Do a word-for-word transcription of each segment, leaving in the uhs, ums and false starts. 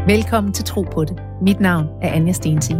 Velkommen til Tro på det. Mit navn er Anja Stensig.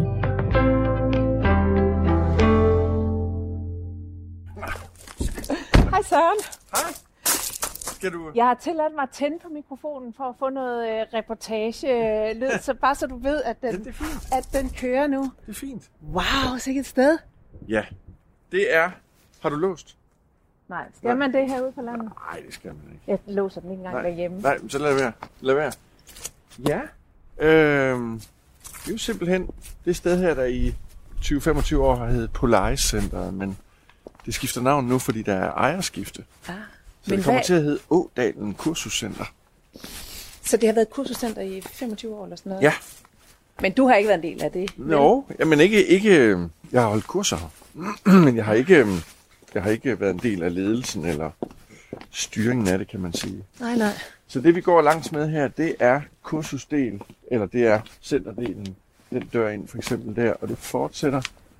Hej Søren. Hej. Skal du... Jeg har tilladt mig at tænde på mikrofonen for at få noget øh, reportage-lyd, så bare så du ved, at den, Ja, det er fint. at den kører nu. Det er fint. Wow, sikkert et sted. Ja, det er... Har du låst? Nej, skal Nej. man det herude på landet? Nej, det skal man ikke. Jeg låser den ikke engang Nej. derhjemme. Nej, så lad være. Lad være. Ja. Øhm, det er jo simpelthen det sted her, der i tyve til femogtyve år har heddet Polaris Centeret, men det skifter navn nu, fordi der er ejerskifte. Ah. Så Men det kommer hvad... til at hedde Ådalen Kursuscenter. Så det har været et kursuscenter i femogtyve år eller sådan noget? Ja. Men du har ikke været en del af det? Nå, men ikke, ikke... Jeg har holdt kurser her, men jeg har ikke... Jeg har ikke været en del af ledelsen eller styringen af det, kan man sige. Nej, nej. Så det, vi går langs med her, det er kursusdel, eller det er centerdelen. Den dør ind for eksempel der, og det fortsætter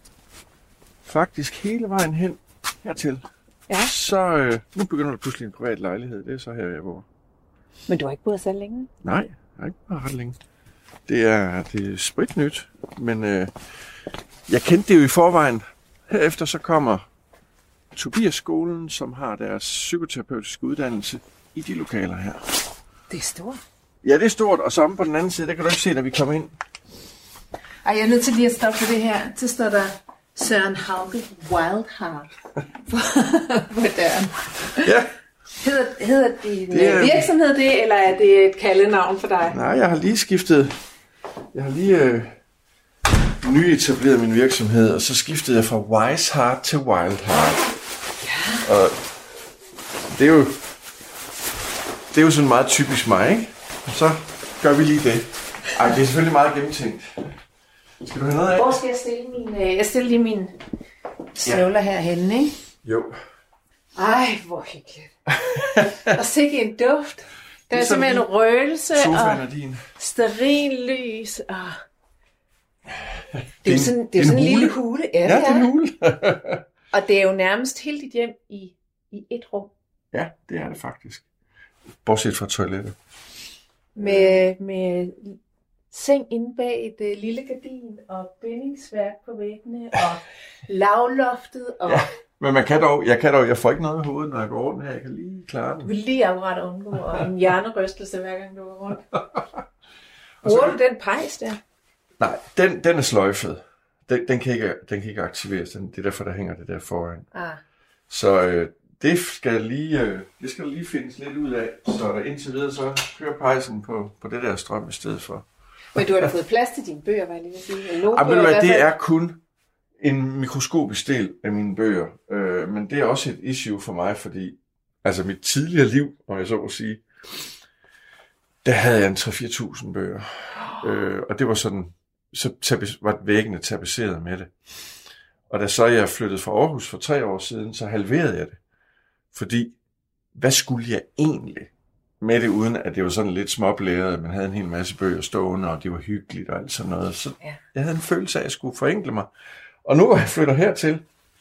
faktisk hele vejen hen hertil. Ja. Så øh, nu begynder der pludselig en privat lejlighed. Det er så her, jeg bor. Men du har ikke boet så længe? Nej, jeg har ikke været ret længe. Det er, det er spritnyt, men øh, jeg kendte det jo i forvejen. Herefter så kommer Tobias-skolen, som har deres psykoterapeutiske uddannelse i de lokaler her. Det er stort. Ja, det er stort, og så om på den anden side, der kan du ikke se, da vi kommer ind. Ej, jeg er nødt til lige at stoppe det her. Så står der Søren Hauge Wildheart på, på døren. Ja. Hedder, hedder din Det er- virksomhed det, eller er det et kaldenavn for dig? Nej, jeg har lige skiftet. Jeg har lige øh, nyetableret min virksomhed, og så skiftede jeg fra Wise Heart til Wild Heart. Ja. Og det er jo det er jo sådan meget typisk mig, ikke? Og så gør vi lige det. Ej, det er selvfølgelig meget gennemtænkt. Skal du have noget af? Hvor skal jeg stille min... øh, Jeg stiller lige mine støvler ja. herhenne, ikke? Jo. Ej, hvor hyggeligt. Og sikke en duft. Der er, er sådan simpelthen en lige- røgelse Sofaen og er din. stearinlys. Og... Det er Det er jo en- sådan, det det er er jo en sådan en lille hule. hule. Ja, det er en hule. Og det er jo nærmest hele dit hjem i, i et rum. Ja, det er det faktisk. Bortset fra toilettet. Med, med seng inde bag et uh, lille gardin og bindingsværk på væggene og lavloftet. Og Ja. Men man kan dog, jeg kan dog, jeg får ikke noget i hovedet, når jeg går rundt her. Jeg kan lige klare du den. vil lige akkurat undgå og en hjernerystelse hver gang du går rundt. Og så- Bruger du den pejs der? Nej, den, den er sløjfet. Den, den, kan ikke, den kan ikke aktiveres. Den, det er derfor, der hænger det der foran. Ah. Så øh, det skal lige, øh, det skal lige findes lidt ud af. Så der indtil videre, så kører pejsen på, på det der strøm i stedet for. Men du har da fået plads til dine bøger, var jeg lige vil sige. Eller nogle Ej, ved du bøger i hvad, hvert det fald. er kun en mikroskopisk del af mine bøger. Øh, men det er også et issue for mig, fordi altså mit tidligere liv, om jeg så må sige, der havde jeg en tre til fire tusind bøger. Øh, og det var sådan, så tabis, var væggene tapetseret med det. Og da så jeg flyttede fra Aarhus for tre år siden, så halverede jeg det. Fordi, hvad skulle jeg egentlig med det, uden at det var sådan lidt småblæret, man havde en hel masse bøger stående, og det var hyggeligt og alt sådan noget. Så Ja. jeg havde en følelse af, at jeg skulle forenkle mig. Og nu hvor jeg flytter hertil,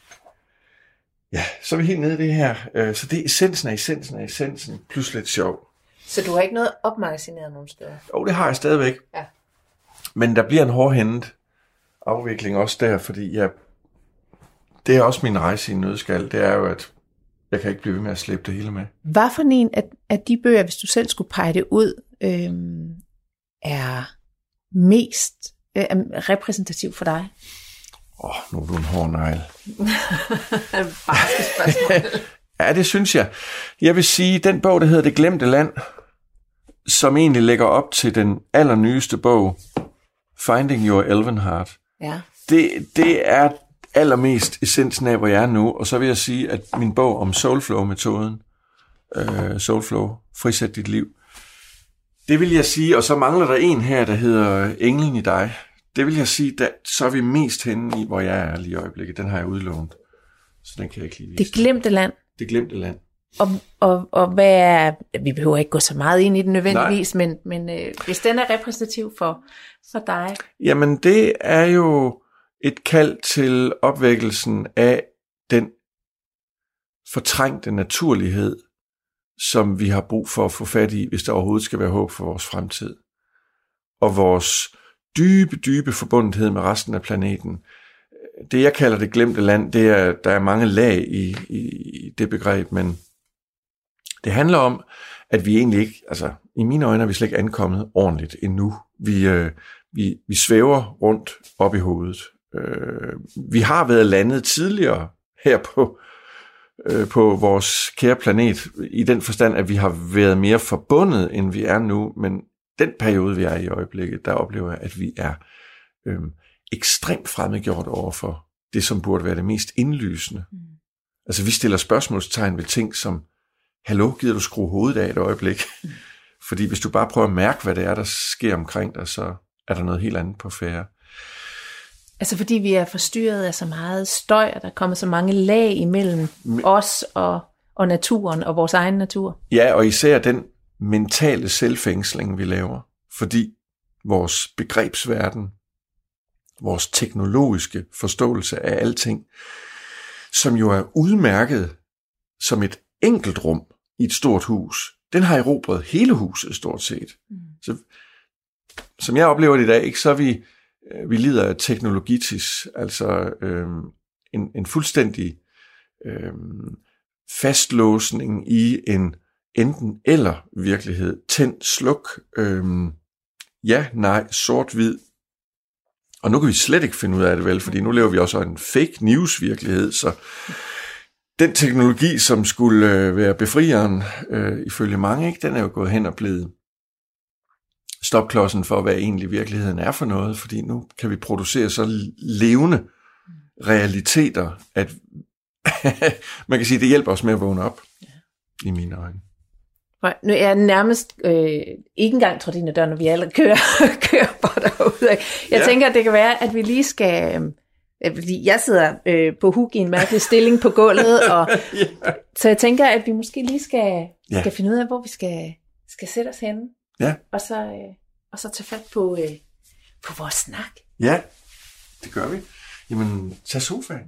ja, så er vi helt nede i det her. Øh, Så det er essensen af essensen af essensen, plus lidt sjov. Så du har ikke noget opmagasineret nogen steder? Jo, det har jeg stadigvæk. Ja. Men der bliver en hårdhændet afvikling også der, fordi jeg, det er også min rejse i en nødskal. Det er jo, at jeg kan ikke blive ved med at slæbe det hele med. Hvad for en af, af de bøger, hvis du selv skulle pege det ud, øhm, er mest øh, er repræsentativ for dig? Åh, oh, nu er du en hård negl. Barske spørgsmål. Ja, det synes jeg. Jeg vil sige, den bog, der hedder Det Glemte Land, som egentlig lægger op til den allernyeste bog, Finding Your Elven Heart. Ja. Det, det er allermest essensen af, hvor jeg er nu. Og så vil jeg sige, at min bog om Soulflow-metoden, øh, Soulflow, frisæt dit liv, det vil jeg sige, og så mangler der en her, der hedder Englen i dig. Det vil jeg sige, der, så er vi mest henne i, hvor jeg er lige i øjeblikket. Den har jeg udlånt, så den kan jeg ikke lige vise. Det glemte land. Det glemte land. Og, og, og hvad er, vi behøver ikke gå så meget ind i den nødvendigvis, Nej. men, men øh, hvis den er repræsentativ for, for dig. Jamen det er jo et kald til opvækkelsen af den fortrængte naturlighed, som vi har brug for at få fat i, hvis der overhovedet skal være håb for vores fremtid. og vores dybe, dybe forbundethed med resten af planeten. Det, jeg kalder det glemte land, det er, der er mange lag i, i, i det begreb, men det handler om, at vi egentlig ikke, altså i mine øjne er vi slet ikke ankommet ordentligt endnu. Vi, øh, vi, vi svæver rundt op i hovedet. Øh, vi har været landet tidligere her på, øh, på vores kære planet, i den forstand, at vi har været mere forbundet, end vi er nu, men den periode, vi er i øjeblikket, der oplever jeg, at vi er øh, ekstremt fremmedgjort over for det, som burde være det mest indlysende. Mm. Altså vi stiller spørgsmålstegn ved ting som, hallo, gider du skrue hovedet af et øjeblik? Mm. Fordi hvis du bare prøver at mærke, hvad det er, der sker omkring dig, så er der noget helt andet på færde. Altså fordi vi er forstyrret af så meget støj, og der kommer så mange lag imellem Men, os og, og naturen og vores egen natur. Ja, og især den mentale selvfængsling, vi laver. Fordi vores begrebsverden, vores teknologiske forståelse af alting, som jo er udmærket som et enkelt rum i et stort hus, den har erobret hele huset stort set. Mm. Så, som jeg oplever det i dag, ikke, så er vi, vi lider af teknologitis, altså øhm, en, en fuldstændig øhm, fastlåsning i en enten eller virkelighed. Tænd, sluk, øhm, ja, nej, sort-hvid. Og nu kan vi slet ikke finde ud af det vel, fordi nu lever vi også i en fake news virkelighed, så den teknologi, som skulle øh, være befrieren, øh, ifølge mange, ikke, den er jo gået hen og blevet stopklodsen for, hvad egentlig virkeligheden er for noget, fordi nu kan vi producere så levende realiteter, at man kan sige, at det hjælper os med at vågne op, ja. I mine øjne. Nu er jeg nærmest øh, ikke engang trådt ind ad døren, når vi alle kører, kører på derude. Jeg ja. tænker, at det kan være, at vi lige skal... Øh, fordi jeg sidder øh, på huk i en mærkelig stilling på gulvet, og, ja. så jeg tænker, at vi måske lige skal, ja. skal finde ud af, hvor vi skal, skal sætte os henne. Ja. Og, så, øh, og så tage fat på, øh, på vores snak. Ja, det gør vi. Jamen, tag sofaen.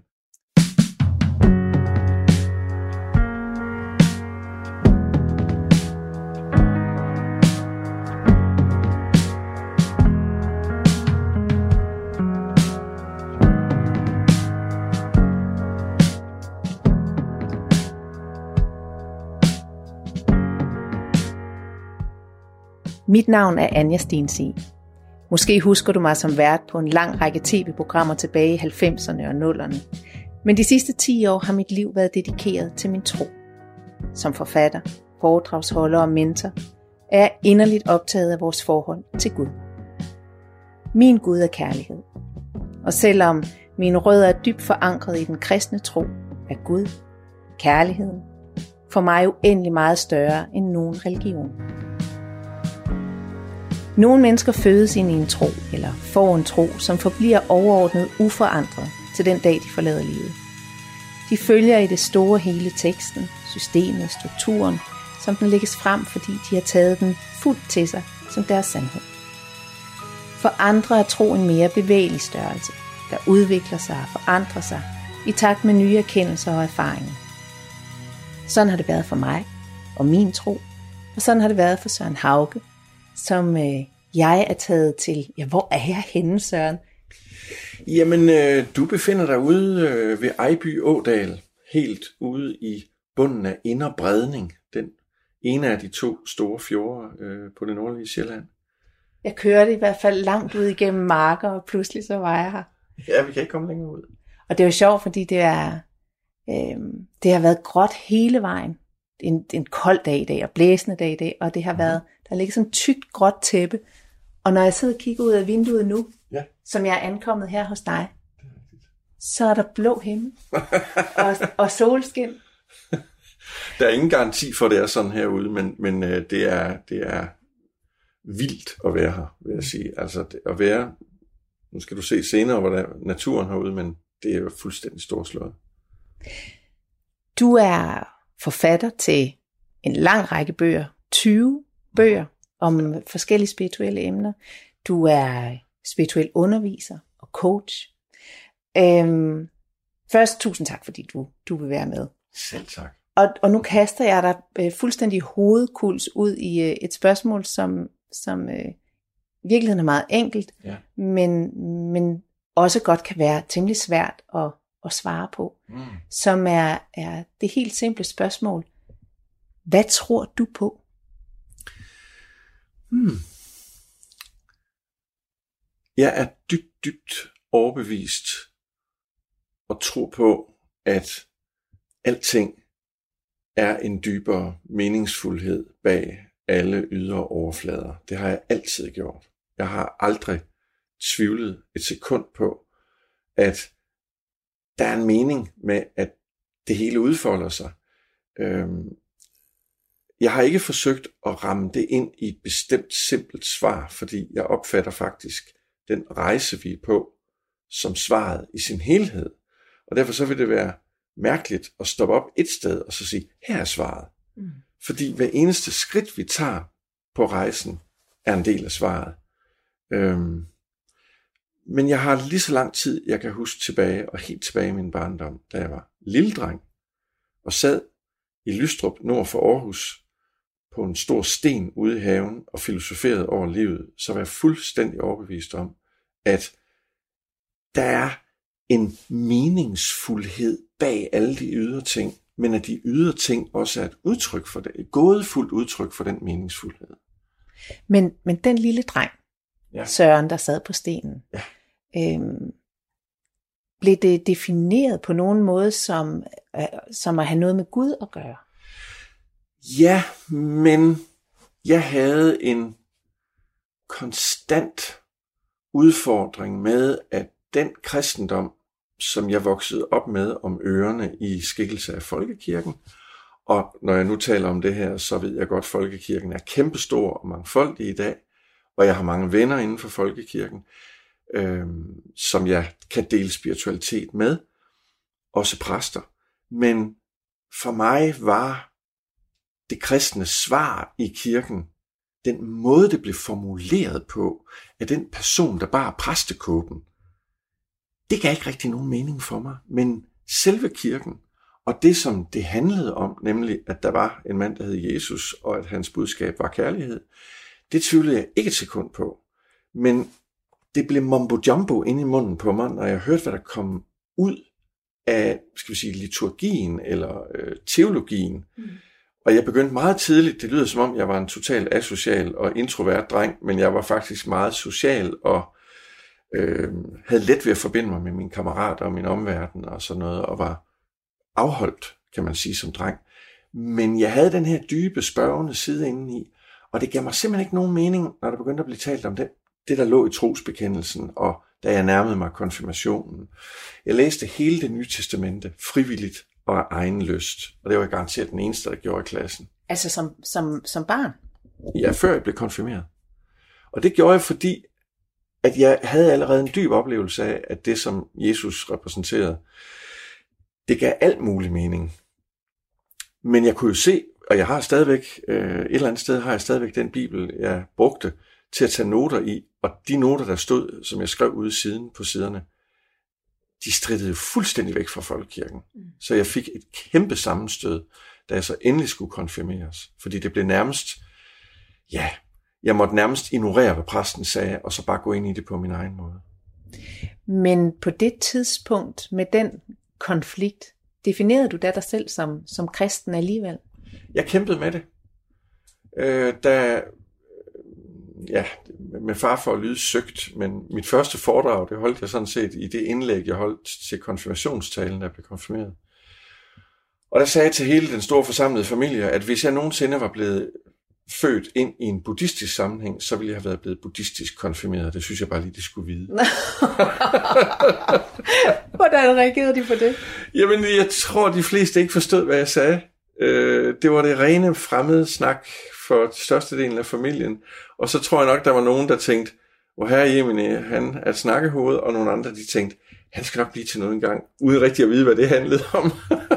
Mit navn er Anja Stensig. Måske husker du mig som vært på en lang række tv-programmer tilbage i halvfemserne og nullerne. Men de sidste ti år har mit liv været dedikeret til min tro. Som forfatter, foredragsholder og mentor er jeg inderligt optaget af vores forhold til Gud. Min Gud er kærlighed. Og selvom mine rødder er dybt forankret i den kristne tro, er Gud, kærligheden, for mig uendelig meget større end nogen religion. Nogle mennesker fødes ind i en tro, eller får en tro, som forbliver overordnet uforandret til den dag, de forlader livet. De følger i det store hele teksten, systemet, strukturen, som den lægges frem, fordi de har taget den fuldt til sig som deres sandhed. For andre er tro en mere bevægelig størrelse, der udvikler sig og forandrer sig i takt med nye erkendelser og erfaringer. Sådan har det været for mig og min tro, og sådan har det været for Søren Hauge, som øh, jeg er taget til. Ja, hvor er jeg henne, Søren? Jamen, øh, du befinder dig ude øh, ved Ejby Ådal, helt ude i bunden af Indre Bredning, den ene af de to store fjorde øh, på det nordlige Sjælland. Jeg kørte i hvert fald langt ud igennem marker, og pludselig så var jeg her. Ja, vi kan ikke komme længere ud. Og det er jo sjovt, fordi det er øh, det har været gråt hele vejen. En, en kold dag i dag, og blæsende dag i dag, og det har været, der ligger sådan et tykt gråt tæppe. Og når jeg sidder og kigger ud af vinduet nu, ja. som jeg er ankommet her hos dig, så er der blå himmel og, og solskin. Der er ingen garanti for, at det er sådan herude, men, men øh, det, er, det er vildt at være her, vil jeg sige. Altså det, at være, nu skal du se senere, hvor der er naturen herude, men det er jo fuldstændig storslået. Du er forfatter til en lang række bøger, tyve bøger om forskellige spirituelle emner. Du er spirituel underviser og coach. Øhm, først tusind tak, fordi du, du vil være med. Selv tak. Og, og nu kaster jeg dig øh, fuldstændig hovedkuls ud i øh, et spørgsmål, som, som øh, i virkeligheden er meget enkelt, Ja. men, men også godt kan være temmelig svært at, at svare på, Mm. som er, er det helt simple spørgsmål. Hvad tror du på? Hmm. Jeg er dybt, dybt overbevist og tror på, at alting er en dybere meningsfuldhed bag alle ydre overflader. Det har jeg altid gjort. Jeg har aldrig tvivlet et sekund på, at der er en mening med, at det hele udfolder sig. Øhm, Jeg har ikke forsøgt at ramme det ind i et bestemt simpelt svar, fordi jeg opfatter faktisk den rejse, vi er på, som svaret i sin helhed. Og derfor så vil det være mærkeligt at stoppe op et sted og så sige, her er svaret. Mm. Fordi hver eneste skridt, vi tager på rejsen, er en del af svaret. Øhm, men jeg har lige så lang tid, jeg kan huske tilbage, og helt tilbage i min barndom, da jeg var lille dreng, og sad i Lystrup nord for Aarhus, på en stor sten ude i haven og filosoferede over livet, så var jeg fuldstændig overbevist om, at der er en meningsfuldhed bag alle de ydre ting, men at de ydre ting også er et udtryk for det, et gådefuldt udtryk for den meningsfuldhed. Men, men den lille dreng, Ja. Søren, der sad på stenen, Ja. øhm, blev det defineret på nogen måde som, øh, som at have noget med Gud at gøre? Ja, men jeg havde en konstant udfordring med, at den kristendom, som jeg voksede op med om ørerne i skikkelse af folkekirken, og når jeg nu taler om det her, så ved jeg godt, at folkekirken er kæmpestor og mangfoldig i dag, og jeg har mange venner inden for folkekirken, øh, som jeg kan dele spiritualitet med, også præster. Men for mig var det kristne svar i kirken, den måde det blev formuleret på, af den person, der bar præstekåben, det gav ikke rigtig nogen mening for mig. Men selve kirken, og det som det handlede om, nemlig at der var en mand, der hed Jesus, og at hans budskab var kærlighed, det tvivlede jeg ikke et sekund på. Men det blev mumbo jumbo inde i munden på mig, når jeg hørte, hvad der kom ud af, skal vi sige, liturgien eller øh, teologien. Mm. Og jeg begyndte meget tidligt, det lyder som om, jeg var en total asocial og introvert dreng, men jeg var faktisk meget social og øh, havde let ved at forbinde mig med mine kammerater og min omverden og sådan noget, og var afholdt, kan man sige, som dreng. Men jeg havde den her dybe, spørgende side indeni, og det gav mig simpelthen ikke nogen mening, når der begyndte at blive talt om det, det der lå i trosbekendelsen, og da jeg nærmede mig konfirmationen. Jeg læste hele det nye testamente frivilligt og af egen lyst, og det var jeg garanteret den eneste, der gjorde i klassen. Altså som, som, som barn? Ja, før jeg blev konfirmeret. Og det gjorde jeg, fordi at jeg havde allerede en dyb oplevelse af, at det, som Jesus repræsenterede, det gav alt mulig mening. Men jeg kunne jo se, og jeg har stadigvæk, øh, et eller andet sted har jeg stadigvæk den bibel, jeg brugte til at tage noter i, og de noter, der stod, som jeg skrev ude siden på siderne, de strittede fuldstændig væk fra folkekirken. Mm. Så jeg fik et kæmpe sammenstød, da jeg så endelig skulle konfirmeres. Fordi det blev nærmest, ja, jeg måtte nærmest ignorere, hvad præsten sagde, og så bare gå ind i det på min egen måde. Men på det tidspunkt, med den konflikt, definerede du da dig selv som, som kristen alligevel? Jeg kæmpede med det. Øh, da, ja, med far for at lyde søgt, men mit første foredrag, det holdt jeg sådan set i det indlæg, jeg holdt til konfirmationstalen, da jeg blev konfirmeret. Og der sagde jeg til hele den store forsamlede familie, at hvis jeg nogensinde var blevet født ind i en buddhistisk sammenhæng, så ville jeg have været blevet buddhistisk konfirmeret. Det synes jeg bare lige, de skulle vide. Hvordan reagerede de på det? Jamen, jeg tror, de fleste ikke forstod, hvad jeg sagde. Det var det rene fremmede snak for størstedelen af familien. Og så tror jeg nok, der var nogen, der tænkte, hvor herre Jemine, han er et snakkehoved, og nogle andre, de tænkte, han skal nok blive til noget engang, uden rigtig at vide, hvad det handlede om.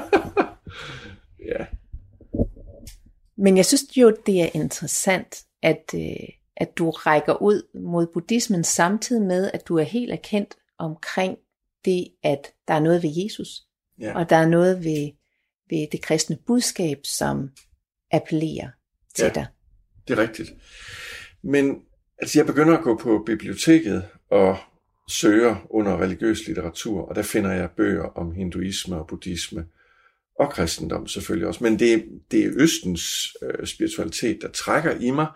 Ja. Men jeg synes jo, det er interessant, at, at du rækker ud mod buddhismen, samtidig med, at du er helt erkendt omkring det, at der er noget ved Jesus, ja. Og der er noget ved, ved det kristne budskab, som appellerer til ja, dig. Det er rigtigt. Men Altså, jeg begynder at gå på biblioteket og søger under religiøs litteratur, og der finder jeg bøger om hinduisme og buddhisme, og kristendom selvfølgelig også. Men det, det er Østens øh, spiritualitet, der trækker i mig.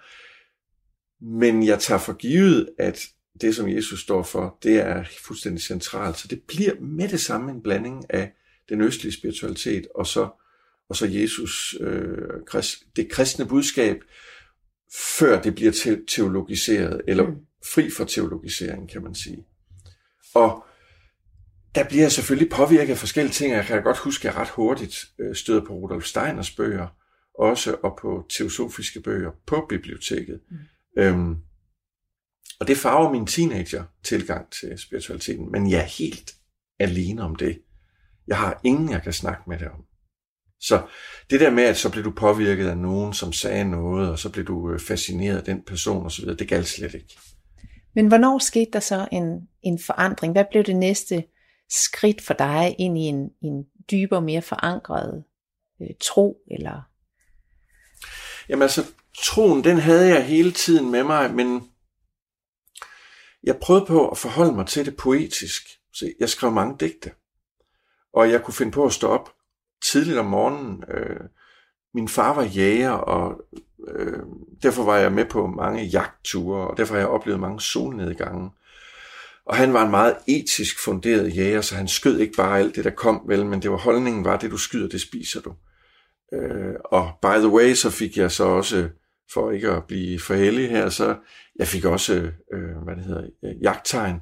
Men jeg tager for givet, at det, som Jesus står for, det er fuldstændig centralt. Så det bliver med det samme en blanding af den østlige spiritualitet, og så, og så Jesus, øh, krist, det kristne budskab, før det bliver te- teologiseret, eller fri for teologisering, kan man sige. Og der bliver jeg selvfølgelig påvirket af forskellige ting. Jeg kan godt huske, at jeg ret hurtigt støder på Rudolf Steiners bøger, også og på teosofiske bøger på biblioteket. Mm. Øhm, og det farver min teenager-tilgang til spiritualiteten, men jeg er helt alene om det. Jeg har ingen, jeg kan snakke med det om. Så det der med, at så blev du påvirket af nogen, som sagde noget, og så blev du fascineret af den person osv., det galt slet ikke. Men hvornår skete der så en, en forandring? Hvad blev det næste skridt for dig ind i en, en dybere, mere forankret øh, tro? Eller? Jamen altså, troen, den havde jeg hele tiden med mig, men jeg prøvede på at forholde mig til det poetisk. Så jeg skrev mange digte, og jeg kunne finde på at stå op tidligt om morgenen. Øh, min far var jæger, og øh, derfor var jeg med på mange jagtture, og derfor har jeg oplevet mange solnedgange. Og han var en meget etisk funderet jæger, så han skød ikke bare alt det, der kom, vel, men det var holdningen var, det du skyder, det spiser du. Øh, og by the way, så fik jeg så også, for ikke at blive for heldig her, så jeg fik også, øh, hvad det hedder, jagttegn,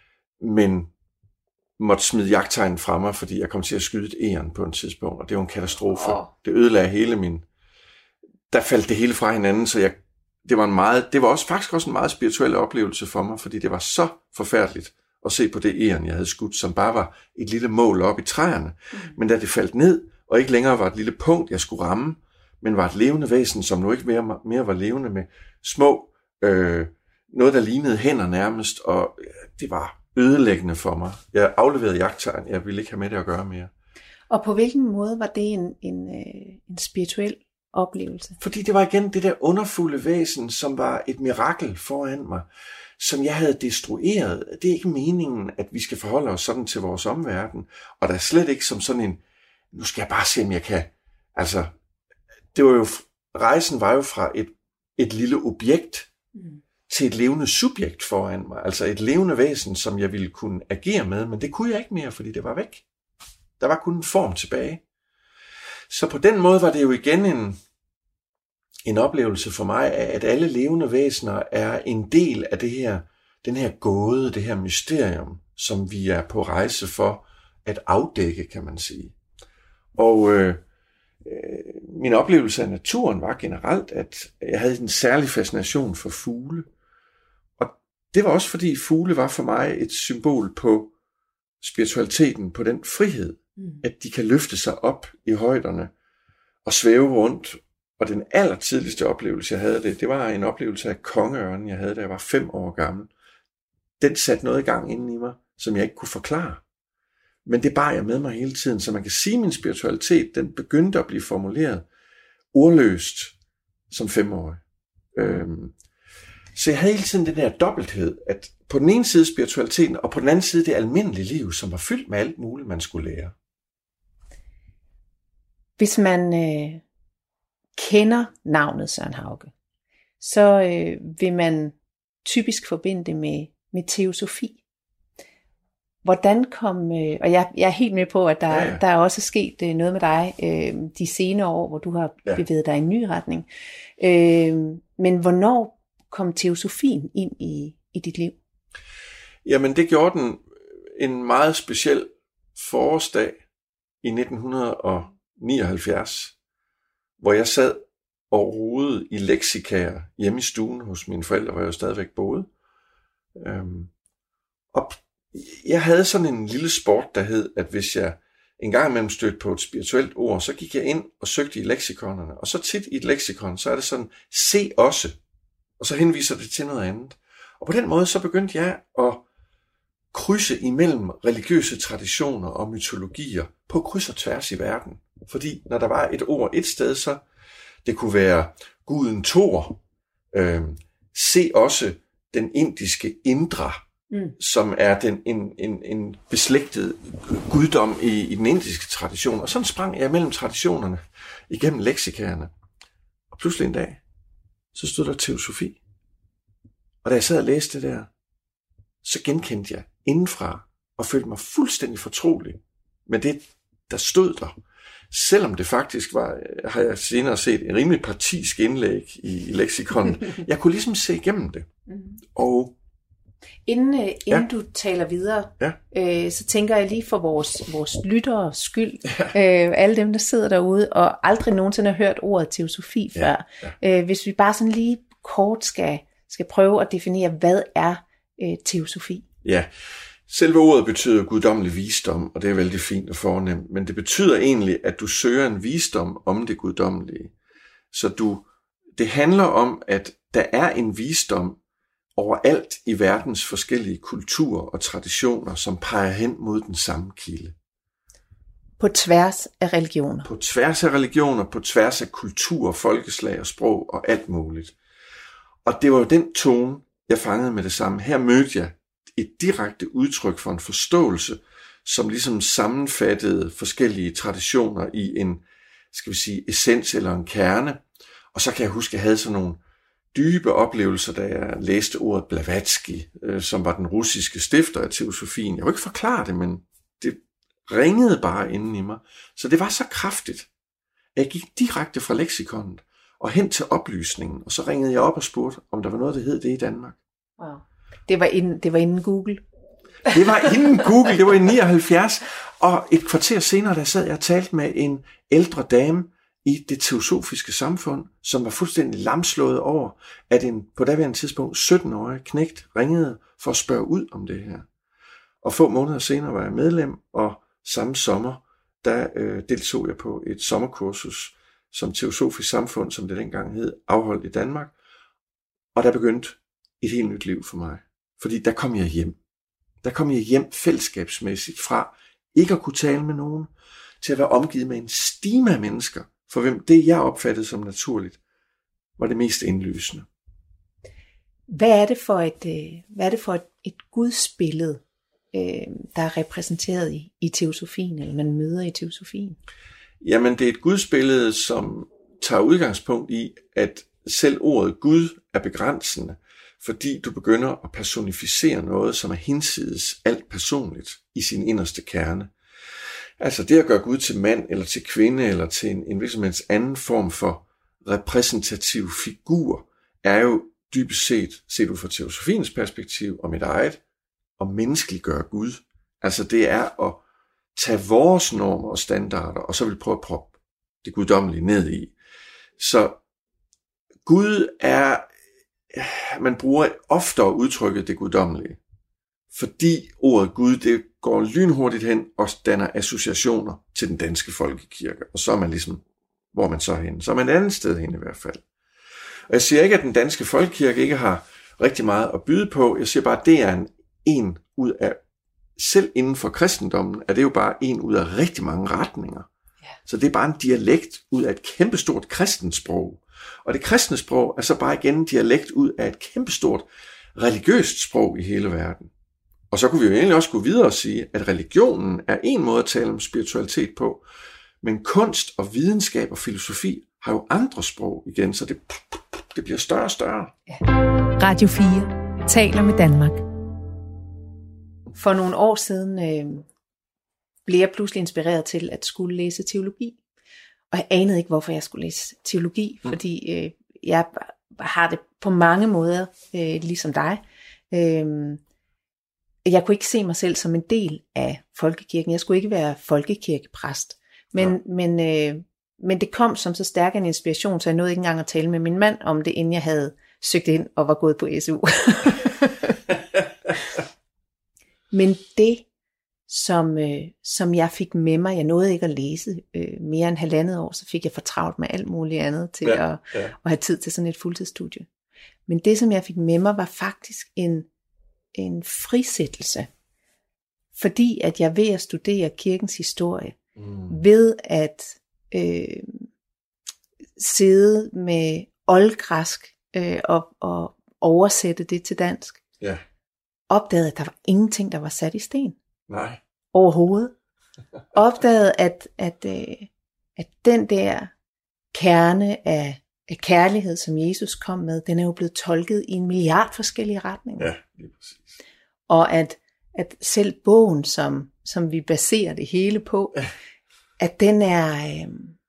men måtte smide jagttegnen fra mig, fordi jeg kom til at skyde et egern på et tidspunkt, og det var en katastrofe. Oh. Det ødelagde hele min... Der faldt det hele fra hinanden, så jeg... det var en meget... Det var også faktisk også en meget spirituel oplevelse for mig, fordi det var så forfærdeligt at se på det egern, jeg havde skudt, som bare var et lille mål op i træerne. Mm. Men da det faldt ned, og ikke længere var et lille punkt, jeg skulle ramme, men var et levende væsen, som nu ikke mere, mere var levende med små... Øh, noget, der lignede hænder nærmest, og det var ødelæggende for mig. Jeg afleverede jagttegn, jeg ville ikke have med det at gøre mere. Og på hvilken måde var det en, en, en spirituel oplevelse? Fordi det var igen det der underfulde væsen, som var et mirakel foran mig, som jeg havde destrueret. Det er ikke meningen, at vi skal forholde os sådan til vores omverden, og der er slet ikke som sådan en, nu skal jeg bare se, om jeg kan, altså, det var jo, rejsen var jo fra et, et lille objekt, mm. til et levende subjekt foran mig, altså et levende væsen, som jeg ville kunne agere med, men det kunne jeg ikke mere, fordi det var væk. Der var kun en form tilbage. Så på den måde var det jo igen en, en oplevelse for mig af, at alle levende væsener er en del af det her, den her gåde, det her mysterium, som vi er på rejse for at afdække, kan man sige. Og øh, min oplevelse af naturen var generelt, at jeg havde en særlig fascination for fugle. Og det var også fordi fugle var for mig et symbol på spiritualiteten, på den frihed, mm. at de kan løfte sig op i højderne og svæve rundt. Og den allertidligste oplevelse, jeg havde det, det var en oplevelse af kongeørnen, jeg havde, da jeg var fem år gammel. Den satte noget i gang inden i mig, som jeg ikke kunne forklare. Men det bar jeg med mig hele tiden, så man kan sige, at min spiritualitet, den begyndte at blive formuleret ordløst som femårig. Øhm, så jeg havde hele tiden den der dobbelthed, at på den ene side spiritualiteten, og på den anden side det almindelige liv, som var fyldt med alt muligt, man skulle lære. Hvis man øh, kender navnet Søren Hauge, så øh, vil man typisk forbinde det med, med teosofi. Hvordan kom, øh, og jeg, jeg er helt med på, at der, ja, ja. der er også sket øh, noget med dig øh, de senere år, hvor du har ja. bevæget dig i en ny retning. Øh, men hvornår kom teosofien ind i, i dit liv? Jamen det gjorde den en meget speciel forårsdag i nitten nioghalvfjerds, hvor jeg sad og rodede i leksikaer hjemme i stuen hos mine forældre, hvor jeg jo stadigvæk boede. Øhm, og jeg havde sådan en lille sport, der hed, at hvis jeg en gang imellem stødte på et spirituelt ord, så gik jeg ind og søgte i leksikonerne. Og så tit i et leksikon, så er det sådan, se også. Og så henviser det til noget andet. Og på den måde, så begyndte jeg at krydse imellem religiøse traditioner og mytologier på kryds og tværs i verden. Fordi når der var et ord et sted, så det kunne være guden Thor, øh, se også den indiske Indra, mm. som er den, en, en, en beslægtet guddom i, i den indiske tradition. Og sådan sprang jeg mellem traditionerne igennem leksikerne. Og pludselig en dag, så stod der teosofi. Og da jeg sad og læste det der, så genkendte jeg indenfra og følte mig fuldstændig fortrolig med det, der stod der. Selvom det faktisk var, har jeg senere set, en rimelig partisk indlæg i, i leksikonen. Jeg kunne ligesom se igennem det. Og Inden, øh, inden ja. du taler videre, ja. øh, så tænker jeg lige for vores, vores lyttere skyld, ja. øh, alle dem, der sidder derude og aldrig nogensinde har hørt ordet teosofi ja. før. Ja. Øh, hvis vi bare sådan lige kort skal, skal prøve at definere, hvad er øh, teosofi? Ja, selve ordet betyder guddommelig visdom, og det er vældig fint og fornemt, men det betyder egentlig, at du søger en visdom om det guddommelige. Så du, det handler om, at der er en visdom overalt i verdens forskellige kulturer og traditioner, som peger hen mod den samme kilde. På tværs af religioner. På tværs af religioner, på tværs af kultur, folkeslag og sprog og alt muligt. Og det var jo den tone, jeg fangede med det samme. Her mødte jeg et direkte udtryk for en forståelse, som ligesom sammenfattede forskellige traditioner i en, skal vi sige, essens eller en kerne. Og så kan jeg huske, at jeg havde sådan nogle dybe oplevelser, da jeg læste ordet Blavatsky, øh, som var den russiske stifter af teosofien. Jeg kunne ikke forklare det, men det ringede bare inden i mig. Så det var så kraftigt, at jeg gik direkte fra leksikonet og hen til oplysningen, og så ringede jeg op og spurgte, om der var noget, der hed det i Danmark. Wow. Det var inden, det var inden Google. Det var inden Google, det var i nioghalvfjerds, og et kvarter senere, der sad jeg og talte med en ældre dame i det teosofiske samfund, som var fuldstændig lamslået over, at en på daværende tidspunkt sytten-årig knægt ringede for at spørge ud om det her. Og få måneder senere var jeg medlem, og samme sommer, der øh, deltog jeg på et sommerkursus som teosofisk samfund, som det dengang hed, afholdt i Danmark. Og der begyndte et helt nyt liv for mig. Fordi der kom jeg hjem. Der kom jeg hjem fællesskabsmæssigt fra ikke at kunne tale med nogen, til at være omgivet med en stime af mennesker, for hvem det, jeg opfattede som naturligt, var det mest indlysende. Hvad er det for et, hvad er det for et, et gudsbillede, der er repræsenteret i, i teosofien, eller man møder i teosofien? Jamen, det er et gudsbillede, som tager udgangspunkt i, at selv ordet Gud er begrænsende, fordi du begynder at personificere noget, som er hinsides alt personligt i sin inderste kerne. Altså det at gøre Gud til mand, eller til kvinde, eller til en, en virksomheds anden form for repræsentativ figur, er jo dybest set, set ud fra teosofiens perspektiv og mit eget, at menneskeliggøre Gud. Altså det er at tage vores normer og standarder, og så vil prøve at proppe det guddommelige ned i. Så Gud er, man bruger oftere udtrykket det guddommelige, fordi ordet Gud, det går lynhurtigt hen og danner associationer til den danske folkekirke, og så er man ligesom, hvor er man så hen? Så er man et andet sted hen i hvert fald. Og jeg siger ikke, at den danske folkekirke ikke har rigtig meget at byde på, jeg siger bare, at det er en, en ud af, selv inden for kristendommen, er det jo bare en ud af rigtig mange retninger. Ja. Så det er bare en dialekt ud af et kæmpestort kristensprog. Og det kristne sprog er så bare igen en dialekt ud af et kæmpestort religiøst sprog i hele verden. Og så kunne vi jo egentlig også gå videre og sige, at religionen er en måde at tale om spiritualitet på, men kunst og videnskab og filosofi har jo andre sprog igen, så det, det bliver større og større. Ja. Radio fire taler med Danmark. For nogle år siden øh, blev jeg pludselig inspireret til at skulle læse teologi. Og jeg anede ikke, hvorfor jeg skulle læse teologi, mm. fordi øh, jeg har det på mange måder, øh, ligesom dig. Øh, jeg kunne ikke se mig selv som en del af folkekirken. Jeg skulle ikke være folkekirkepræst. Men, ja. men, øh, men det kom som så stærk en inspiration, så jeg nåede ikke engang at tale med min mand om det, inden jeg havde søgt ind og var gået på S U. Men det, som, øh, som jeg fik med mig, jeg nåede ikke at læse øh, mere end halvandet år, så fik jeg for travlt med alt muligt andet til ja, at, ja. at have tid til sådan et fuldtidsstudie. Men det, som jeg fik med mig, var faktisk en, en frisættelse. Fordi at jeg ved at studere kirkens historie, mm. ved at øh, sidde med oldgræsk øh, og, og oversætte det til dansk, Ja. opdagede, at der var ingenting, der var sat i sten Nej. overhovedet. Opdagede, at, at, øh, at den der kerne af, af kærlighed, som Jesus kom med, den er jo blevet tolket i en milliard forskellige retninger. Ja, lige præcis. Og at, at selv bogen, som, som vi baserer det hele på, Ja. at den er, øh,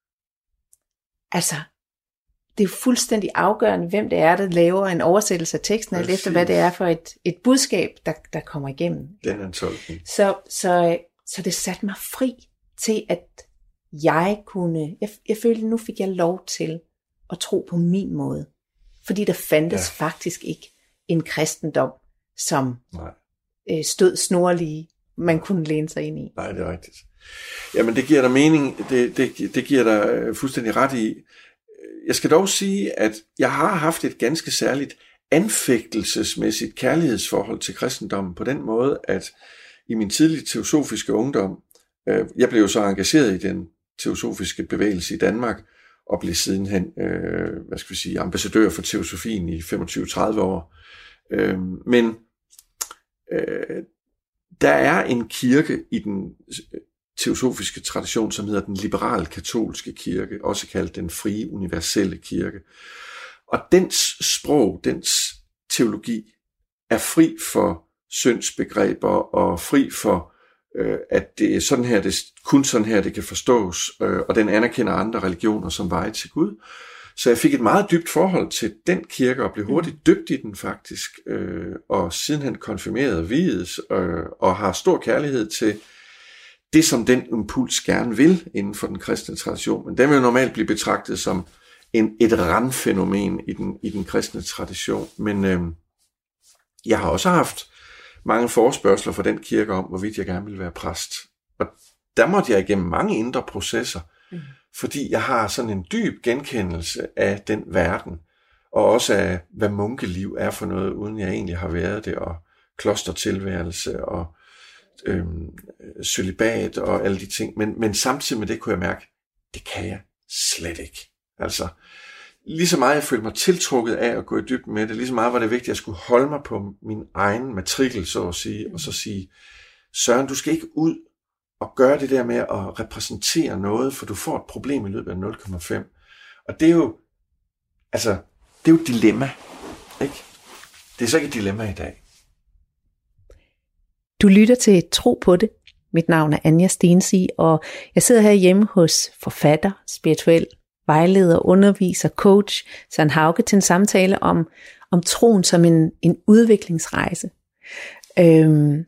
altså, det er fuldstændig afgørende, hvem det er, der laver en oversættelse af teksten, alt efter hvad det er for et, et budskab, der, der kommer igennem. Den er en tolkning. Så, så, så det satte mig fri til, at jeg kunne, jeg, jeg følte, at nu fik jeg lov til at tro på min måde. Fordi der fandtes ja. faktisk ikke en kristendom, som Nej. øh, stod snorlige, man kunne læne sig ind i. Nej, det er rigtigt. Jamen, det giver dig mening. Det, det, det giver dig fuldstændig ret i. Jeg skal dog sige, at jeg har haft et ganske særligt anfægtelsesmæssigt kærlighedsforhold til kristendommen på den måde, at i min tidlige teosofiske ungdom, øh, jeg blev jo så engageret i den teosofiske bevægelse i Danmark, og blev sidenhen, øh, hvad skal vi sige, ambassadør for teosofien i femogtyve til tredive år. Øh, men øh, der er en kirke i den teosofiske tradition, som hedder den liberal-katolske kirke, også kaldt den frie universelle kirke. Og dens sprog, dens teologi, er fri for syndsbegreber og fri for, øh, at det er sådan her, det, kun sådan her, det kan forstås, øh, og den anerkender andre religioner som veje til Gud. Så jeg fik et meget dybt forhold til den kirke, og blev hurtigt døbt i den faktisk, øh, og sidenhen konfirmeret og viet, øh, og har stor kærlighed til det, som den impuls gerne vil inden for den kristne tradition. Men den vil jo normalt blive betragtet som en, et randfænomen i den, i den kristne tradition. Men øh, jeg har også haft mange forespørgsler fra den kirke om, hvorvidt jeg gerne ville være præst. Og der måtte jeg igennem mange indre processer, mm. fordi jeg har sådan en dyb genkendelse af den verden, og også af, hvad munkeliv er for noget, uden jeg egentlig har været det, og klostertilværelse, og øhm, cølibat, og alle de ting. Men, men samtidig med det kunne jeg mærke, det kan jeg slet ikke. Altså, lige så meget jeg følte mig tiltrukket af at gå i dybden med det, lige så meget var det vigtigt, at jeg skulle holde mig på min egen matrikel, så at sige, og så sige, Søren, du skal ikke ud og gøre det der med at repræsentere noget, for du får et problem i løbet af nul komma fem. Og det er jo, altså, det er jo et dilemma, ikke? Det er så ikke et dilemma i dag. Du lytter til Tro på det. Mit navn er Anja Stensig, og jeg sidder her hjemme hos forfatter, spirituel vejleder, underviser, coach Søren Hauge til en samtale om, om troen som en, en udviklingsrejse. Øhm,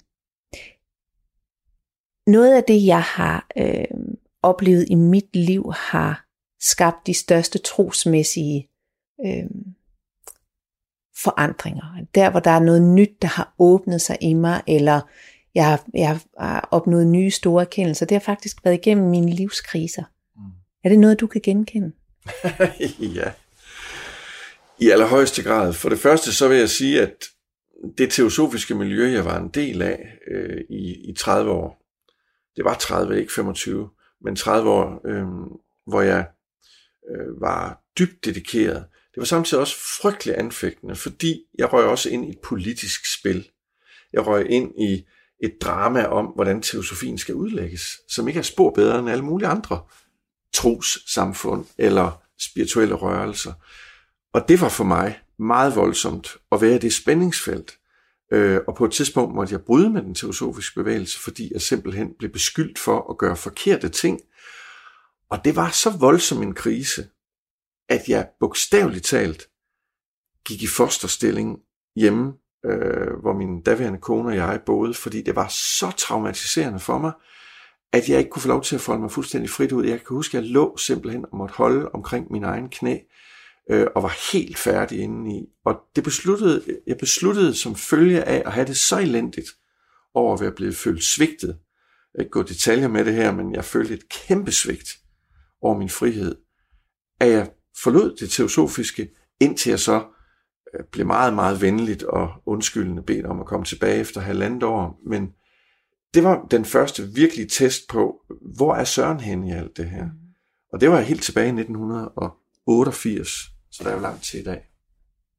noget af det, jeg har øhm, oplevet i mit liv, har skabt de største trosmæssige øhm, forandringer. Der, hvor der er noget nyt, der har åbnet sig i mig, eller jeg, jeg har opnået nye store erkendelser, det har faktisk været igennem mine livskriser. Mm. Er det noget, du kan genkende? Ja, i allerhøjeste grad. For det første så vil jeg sige, at det teosofiske miljø, jeg var en del af øh, i, i tredive år, det var tredive, ikke femogtyve, men tredive år, øh, hvor jeg øh, var dybt dedikeret. Det var samtidig også frygtelig anfægtende, fordi jeg røg også ind i et politisk spil. Jeg røg ind i et drama om, hvordan teosofien skal udlægges, som ikke er spor bedre end alle mulige andre trossamfund eller spirituelle rørelser. Og det var for mig meget voldsomt at være i det spændingsfelt. Og på et tidspunkt måtte jeg bryde med den teosofiske bevægelse, fordi jeg simpelthen blev beskyldt for at gøre forkerte ting. Og det var så voldsom en krise, at jeg bogstaveligt talt gik i fosterstilling hjemme, øh, hvor min daværende kone og jeg boede, fordi det var så traumatiserende for mig, at jeg ikke kunne få lov til at folde mig fuldstændig frit ud. Jeg kan huske, at jeg lå simpelthen og måtte holde omkring min egen knæ, øh, og var helt færdig indeni. Og det besluttede, jeg besluttede som følge af at have det så elendigt over at være blevet følt svigtet. Jeg kan ikke gå i detaljer med det her, men jeg følte et kæmpe svigt over min frihed, at jeg forlod det teosofiske, indtil jeg så blev meget, meget venligt og undskyldende bedt om at komme tilbage efter halvandet år. Men det var den første virkelige test på, hvor er Søren henne i alt det her? Og det var helt tilbage i nitten otteogfirs, så der er jo langt til i dag.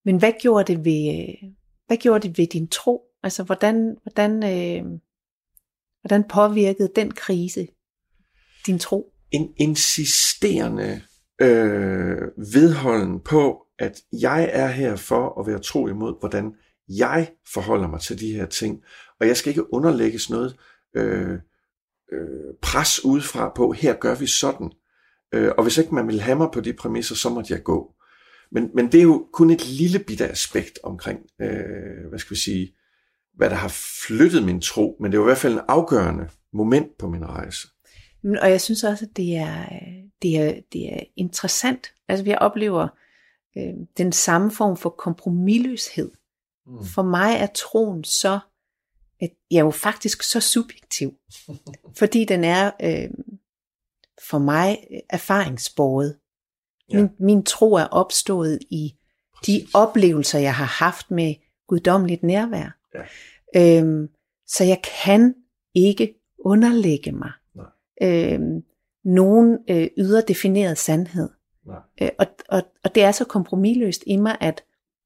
Men hvad gjorde det ved, hvad gjorde det ved din tro? Altså, hvordan, hvordan, øh, hvordan påvirkede den krise din tro? En insisterende øh, vedholden på, at jeg er her for at være tro imod, hvordan jeg forholder mig til de her ting. Og jeg skal ikke underlægges noget øh, øh, pres udefra på, her gør vi sådan. Øh, og hvis ikke man vil have mig på de præmisser, så måtte jeg gå. Men, men det er jo kun et lille bitte aspekt omkring, øh, hvad skal vi sige, hvad der har flyttet min tro, men det er jo i hvert fald en afgørende moment på min rejse. Og jeg synes også, at det er, det er, det er interessant. Altså, vi oplever øh, den samme form for kompromisløshed. Mm. For mig er troen så, at jeg er jo faktisk så subjektiv, fordi den er øh, for mig erfaringsbåret. Ja. Min, min tro er opstået i Præcis. De oplevelser, jeg har haft med guddommeligt nærvær. Ja. Øhm, så jeg kan ikke underlægge mig øhm, nogen øh, ydre defineret sandhed. Øh, og, og, og det er så kompromisløst i mig, at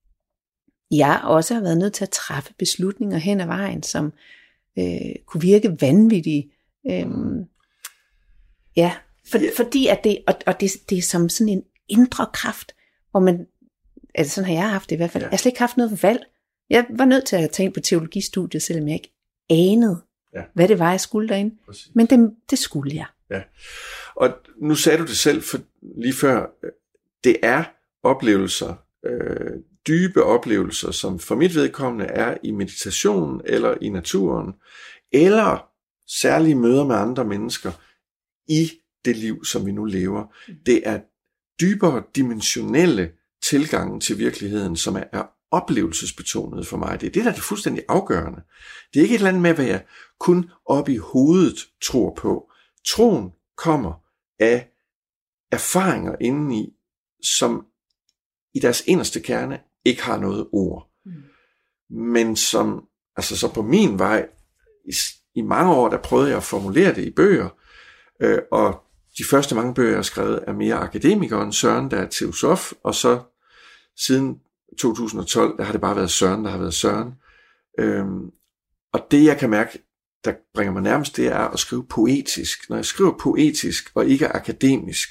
jeg også har været nødt til at træffe beslutninger hen ad vejen, som øh, kunne virke vanvittige. Øhm, mm. Ja, for, yeah. fordi at det, og, og det, det er som sådan en indre kraft, hvor man, altså sådan har jeg haft det i hvert fald, yeah. jeg har slet ikke haft noget valg. Jeg var nødt til at tage ind på teologistudiet, selvom jeg ikke anede, ja. Hvad det var, jeg skulle derinde. Præcis. Men det, det skulle jeg. Ja. Og nu sagde du det selv for, lige før, det er oplevelser, øh, dybe oplevelser, som for mit vedkommende er i meditation, eller i naturen, eller særlige møder med andre mennesker i det liv, som vi nu lever. Det er dybere dimensionelle tilgange til virkeligheden, som er, er oplevelsesbetonet for mig. Det er det, der er det fuldstændig afgørende. Det er ikke et eller andet med, hvad jeg kun op i hovedet tror på. Troen kommer af erfaringer indeni, som i deres inderste kerne ikke har noget ord. Mm. Men som, altså så på min vej, i, i mange år, der prøvede jeg at formulere det i bøger, øh, og de første mange bøger, jeg har skrevet, er mere akademikeren Søren, der er teosof, og så siden to tusind og tolv, der har det bare været Søren, der har været Søren. Øhm, og det, jeg kan mærke, der bringer mig nærmest, det er at skrive poetisk. Når jeg skriver poetisk og ikke akademisk,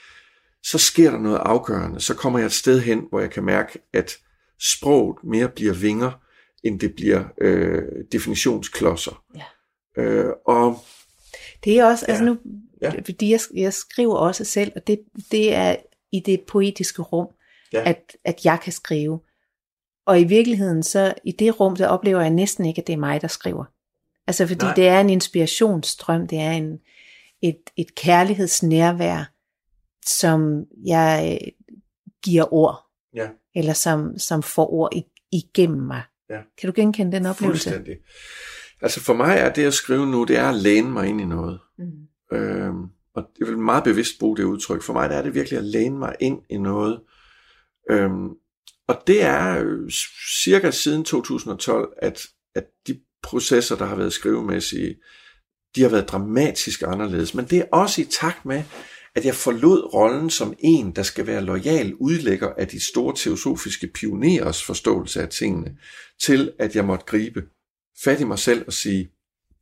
så sker der noget afgørende. Så kommer jeg et sted hen, hvor jeg kan mærke, at sproget mere bliver vinger, end det bliver øh, definitionsklodser. Ja. Øh, og det er også, ja, altså nu, ja. fordi jeg, jeg skriver også selv, og det, det er i det poetiske rum, ja. at, at jeg kan skrive. Og i virkeligheden, så i det rum, der oplever jeg næsten ikke, at det er mig, der skriver. Altså fordi Nej. Det er en inspirationsstrøm, det er en, et, et kærlighedsnærvær, som jeg giver ord, ja. Eller som, som får ord igennem mig. Ja. Kan du genkende den oplevelse? Fuldstændig. Altså for mig er det at skrive nu, det er at læne mig ind i noget. Mm. Øhm, og jeg vil meget bevidst bruge det udtryk. For mig der er det virkelig at læne mig ind i noget. Øhm, og det er øh, cirka siden to tusind og tolv, at, at de processer, der har været skrivemæssige, de har været dramatisk anderledes. Men det er også i takt med, at jeg forlod rollen som en, der skal være loyal udlægger af de store teosofiske pionerers forståelse af tingene, til at jeg måtte gribe fat i mig selv og sige,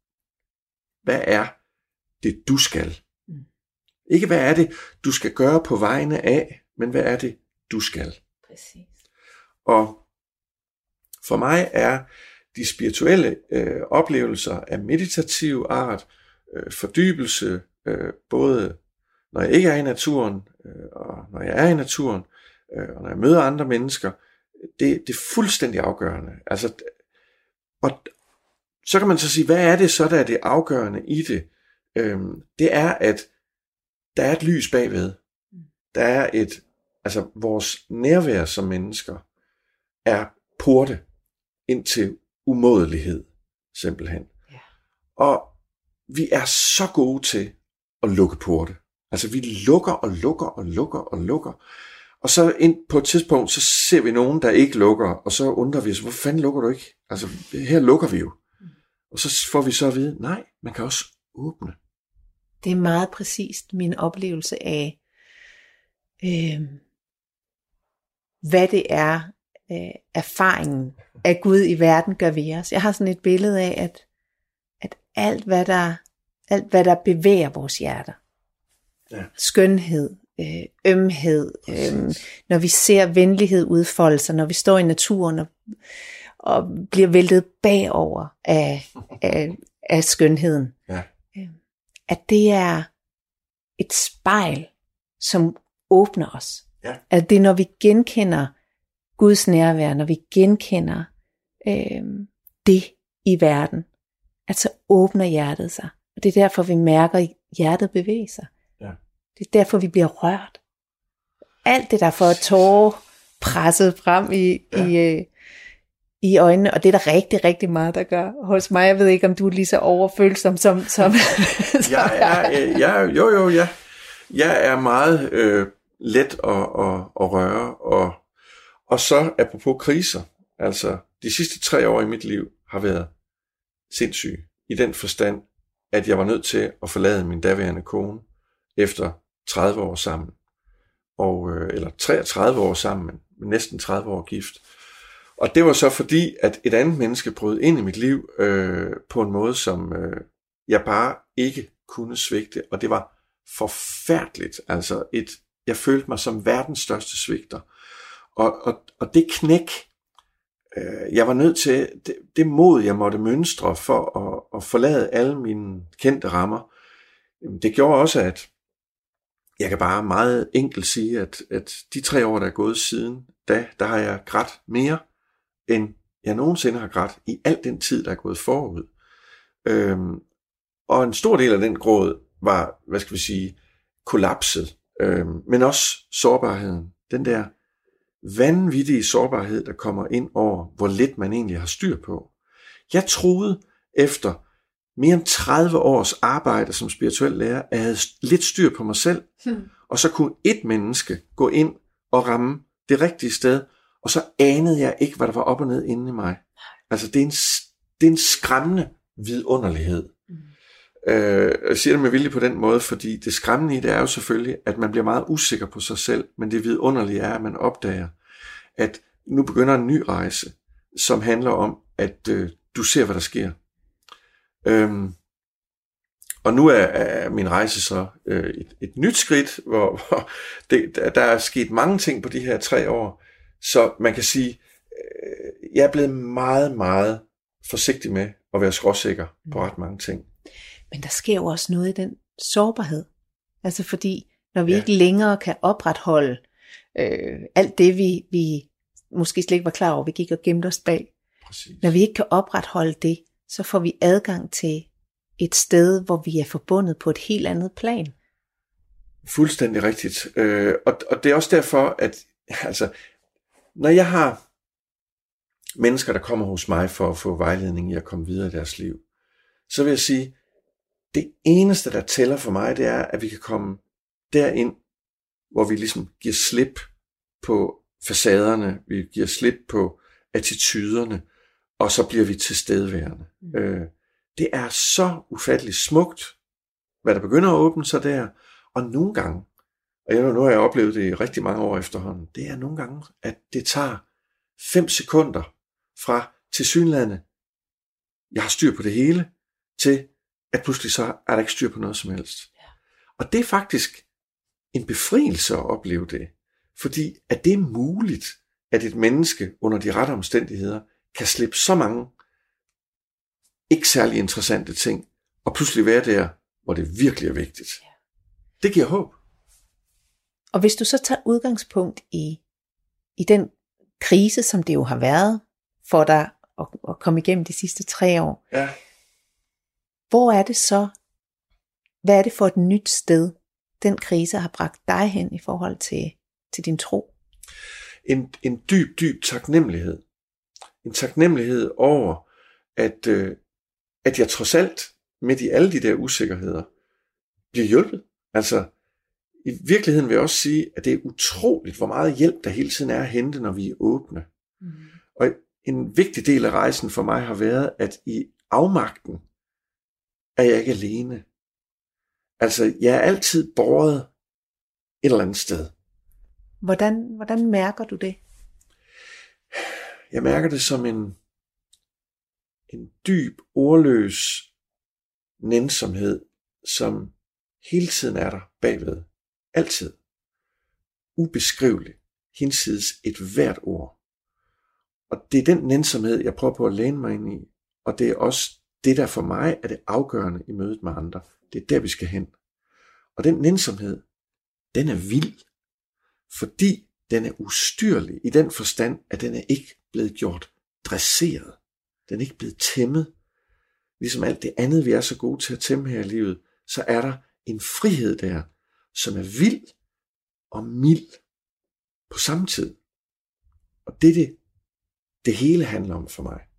hvad er det, du skal? Mm. Ikke hvad er det, du skal gøre på vegne af, men hvad er det, du skal? Præcis. Og for mig er de spirituelle øh, oplevelser af meditativ art, øh, fordybelse, øh, både når jeg ikke er i naturen, øh, og når jeg er i naturen, øh, og når jeg møder andre mennesker, det, det er fuldstændig afgørende. Altså, og så kan man så sige, hvad er det så, der er det afgørende i det? Øhm, det er, at der er et lys bagved. Der er et, altså vores nærvær som mennesker, er porte ind til umådelighed, simpelthen. Ja. Og vi er så gode til at lukke porte. Altså vi lukker og lukker og lukker og lukker. Og så ind på et tidspunkt, så ser vi nogen, der ikke lukker, og så undrer vi os, hvor fanden lukker du ikke? Altså her lukker vi jo. Og så får vi så at vide, nej, man kan også åbne. Det er meget præcist min oplevelse af, øh, hvad det er, øh, erfaringen af Gud i verden gør ved os. Jeg har sådan et billede af, at, at alt, hvad der, alt, hvad der bevæger vores hjerter, ja. skønhed, øh, ømhed, øh, når vi ser venlighed udfolde sig, når vi står i naturen og, og bliver væltet bagover af, af, af skønheden, ja. øh, at det er et spejl, som åbner os. Ja. At det er, når vi genkender Guds nærvær, når vi genkender øh, det i verden, at så åbner hjertet sig. Og det er derfor, vi mærker, at hjertet bevæger sig. Ja. Det er derfor, vi bliver rørt. Alt det, der får tårer presset frem i, ja. i, øh, i øjnene, og det er der rigtig, rigtig meget, der gør hos mig. Jeg ved ikke, om du er lige så overfølsom som... som, som ja, ja, ja, jo, jo, ja. Jeg er meget øh, let at, at, at røre, og, og så apropos kriser, altså de sidste tre år i mit liv har været sindssyge, i den forstand, at jeg var nødt til at forlade min daværende kone efter tredive år sammen, og, øh, eller treogtredive år sammen, men næsten tredive år gift. Og det var så fordi, at et andet menneske brød ind i mit liv øh, på en måde, som øh, jeg bare ikke kunne svigte, og det var forfærdeligt. Altså et, jeg følte mig som verdens største svigter. Og, og, og det knæk, øh, jeg var nødt til, det, det mod, jeg måtte mønstre for at, at forlade alle mine kendte rammer, det gjorde også, at jeg kan bare meget enkelt sige, at, at de tre år, der er gået siden, da, der har jeg grædt mere, end jeg nogensinde har grædt i al den tid, der er gået forud. Øhm, og en stor del af den gråd var, hvad skal vi sige, kollapset, øhm, men også sårbarheden. Den der vanvittige sårbarhed, der kommer ind over, hvor lidt man egentlig har styr på. Jeg troede efter mere end tredive års arbejde som spirituel lærer, at jeg havde lidt styr på mig selv, hmm. og så kunne et menneske gå ind og ramme det rigtige sted, og så anede jeg ikke, hvad der var op og ned inde i mig. Altså, det er en, det er en skræmmende vidunderlighed. Mm. Øh, jeg siger det med vilje på den måde, fordi det skræmmende i det er jo selvfølgelig, at man bliver meget usikker på sig selv, men det vidunderlige er, at man opdager, at nu begynder en ny rejse, som handler om, at øh, du ser, hvad der sker. Øhm, og nu er, er min rejse så øh, et, et nyt skridt, hvor, hvor det, der er sket mange ting på de her tre år, så man kan sige, øh, jeg er blevet meget, meget forsigtig med at være skråsikker på ret mange ting. Men der sker jo også noget i den sårbarhed. Altså fordi, når vi ja. ikke længere kan opretholde øh, alt det, vi, vi måske slet ikke var klar over, vi gik og gemte os bag. Præcis. Når vi ikke kan opretholde det, så får vi adgang til et sted, hvor vi er forbundet på et helt andet plan. Fuldstændig rigtigt. Øh, og, og det er også derfor, at altså, når jeg har mennesker, der kommer hos mig for at få vejledning i at komme videre i deres liv, så vil jeg sige, det eneste, der tæller for mig, det er, at vi kan komme derind, hvor vi ligesom giver slip på facaderne, vi giver slip på attityderne, og så bliver vi tilstedeværende. Mm. Øh, det er så ufatteligt smukt, hvad der begynder at åbne sig der, og nogle gange, og jeg, nu har jeg oplevet det i rigtig mange år efterhånden, det er nogle gange, at det tager fem sekunder fra tilsyneladende, jeg har styr på det hele, til at pludselig så er der ikke styr på noget som helst. Ja. Og det er faktisk en befrielse at opleve det, fordi at det er muligt, at et menneske under de rette omstændigheder kan slippe så mange ikke særlig interessante ting, og pludselig være der, hvor det virkelig er vigtigt. Ja. Det giver håb. Og hvis du så tager udgangspunkt i, i den krise, som det jo har været for dig at, at komme igennem de sidste tre år, ja. hvor er det så, hvad er det for et nyt sted, den krise har bragt dig hen i forhold til, til din tro? En, en dyb, dyb taknemmelighed. En taknemmelighed over, at, øh, at jeg trods alt, midt i alle de der usikkerheder, bliver hjulpet. Altså, i virkeligheden vil jeg også sige, at det er utroligt, hvor meget hjælp der hele tiden er at hente, når vi er åbne. Mm. Og en vigtig del af rejsen for mig har været, at i afmagten er jeg ikke alene. Altså, jeg er altid båret et eller andet sted. Hvordan, hvordan mærker du det? jeg mærker det som en, en dyb, ordløs nænsomhed, som hele tiden er der bagved. Altid. Ubeskrivelig. Hinsides et hvert ord. Og det er den nænsomhed, jeg prøver på at læne mig ind i. Og det er også det, der for mig er det afgørende i mødet med andre. Det er der, vi skal hen. Og den nænsomhed, den er vild. Fordi den er ustyrlig i den forstand, at den er ikke blevet gjort dresseret. Den er ikke blevet tæmmet. Ligesom alt det andet, vi er så gode til at tæmme her i livet, så er der en frihed der, som er vild og mild på samme tid. Og det er det, det hele handler om for mig.